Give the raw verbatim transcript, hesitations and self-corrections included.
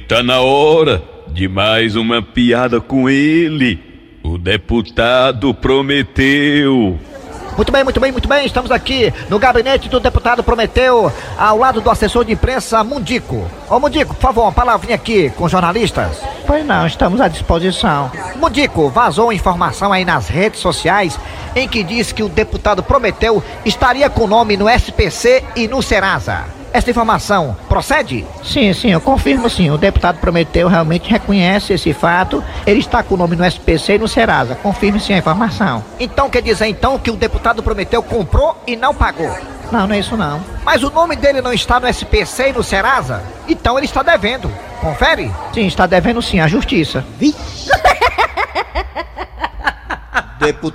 tá na hora de mais uma piada com ele. O deputado Prometeu. Muito bem, muito bem, muito bem. Estamos aqui no gabinete do deputado Prometeu, ao lado do assessor de imprensa Mundico. Ô Mundico, por favor, uma palavrinha aqui com os jornalistas. Pois não, estamos à disposição. Mundico, vazou informação aí nas redes sociais em que diz que o deputado Prometeu estaria com o nome no S P C e no Serasa. Essa informação procede? Sim, sim, eu confirmo sim. O deputado Prometeu realmente reconhece esse fato. Ele está com o nome no S P C e no Serasa. Confirme sim a informação. Então quer dizer então que o deputado Prometeu comprou e não pagou? Não, não é isso não. Mas o nome dele não está no S P C e no Serasa? Então ele está devendo. Confere? Sim, está devendo sim, à justiça. Deputado